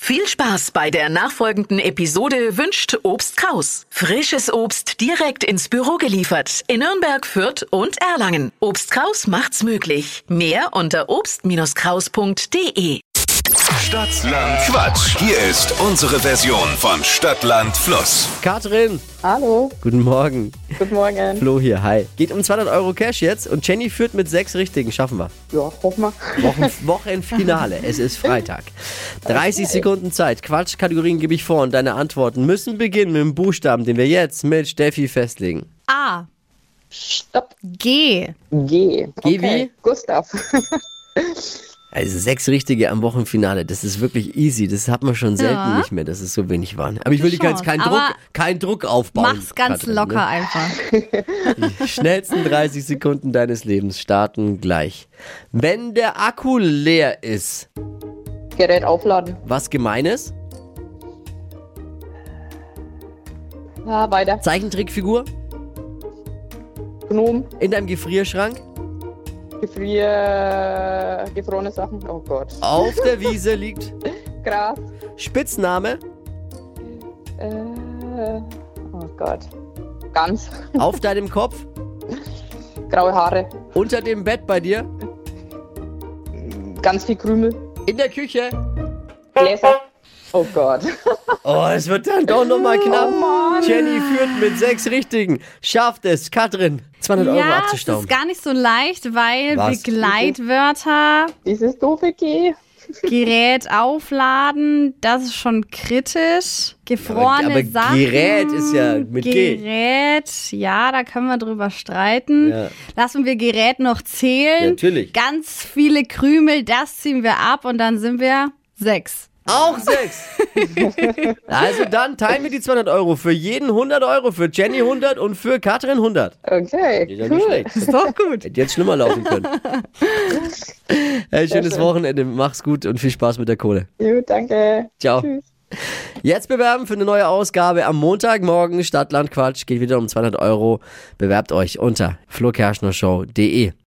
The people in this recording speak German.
Viel Spaß bei der nachfolgenden Episode wünscht Obst Kraus. Frisches Obst direkt ins Büro geliefert in Nürnberg, Fürth und Erlangen. Obst Kraus macht's möglich. Mehr unter obst-kraus.de. Stadtland Quatsch. Hier ist unsere Version von Stadtland Fluss. Katrin. Hallo. Guten Morgen. Guten Morgen. Flo hier, hi. Geht um 200 Euro Cash jetzt und Jenny führt mit 6 Richtigen. Schaffen wir. Ja, hoffen wir. Wochenfinale. Es ist Freitag. 30 Sekunden Zeit. Quatschkategorien gebe ich vor und deine Antworten müssen beginnen mit dem Buchstaben, den wir jetzt mit Steffi festlegen. A. Stopp. G. G. G wie? Gustav. Also 6 Richtige am Wochenfinale, das ist wirklich easy. Das hat man schon selten nicht mehr, dass es so wenig waren. Aber ich will dir jetzt keinen Druck aufbauen. Mach's ganz Katrin, locker ne? einfach. Die schnellsten 30 Sekunden deines Lebens starten gleich. Wenn der Akku leer ist, Gerät aufladen. was Gemeines? Ja, weiter. Zeichentrickfigur? Gnom. In deinem Gefrierschrank? Gefrorene Sachen. Oh Gott. Auf der Wiese liegt Gras. Spitzname? Oh Gott. Gans. Auf deinem Kopf? Graue Haare. Unter dem Bett bei dir? Ganz viel Krümel. In der Küche? Gläser. Oh Gott. Oh, es wird dann doch nochmal knapp. Jenny führt mit 6 Richtigen. Schafft es, Katrin, 200 Euro Ja, es abzustauben. ist gar nicht so leicht, weil Was? Begleitwörter, Dieses doofe G. Gerät aufladen, das ist schon kritisch. Gefrorene aber Sachen. Gerät ist ja mit G. Gerät, ja, da können wir drüber streiten. Ja. Lassen wir Gerät noch zählen. Ja, natürlich. Ganz viele Krümel, das ziehen wir ab und dann sind wir 6. Auch 6. Also dann teilen wir die 200 Euro. Für jeden 100 Euro. Für Jenny 100 und für Katrin 100. Okay. Geht ja nicht schlecht. Ist doch gut. Hätte jetzt schlimmer laufen können. Hey, schönes Wochenende. Mach's gut und viel Spaß mit der Kohle. Gut, danke. Ciao. Tschüss. Jetzt bewerben für eine neue Ausgabe am Montagmorgen. Stadtland Quatsch. Geht wieder um 200 Euro. Bewerbt euch unter flokerschnershow.de.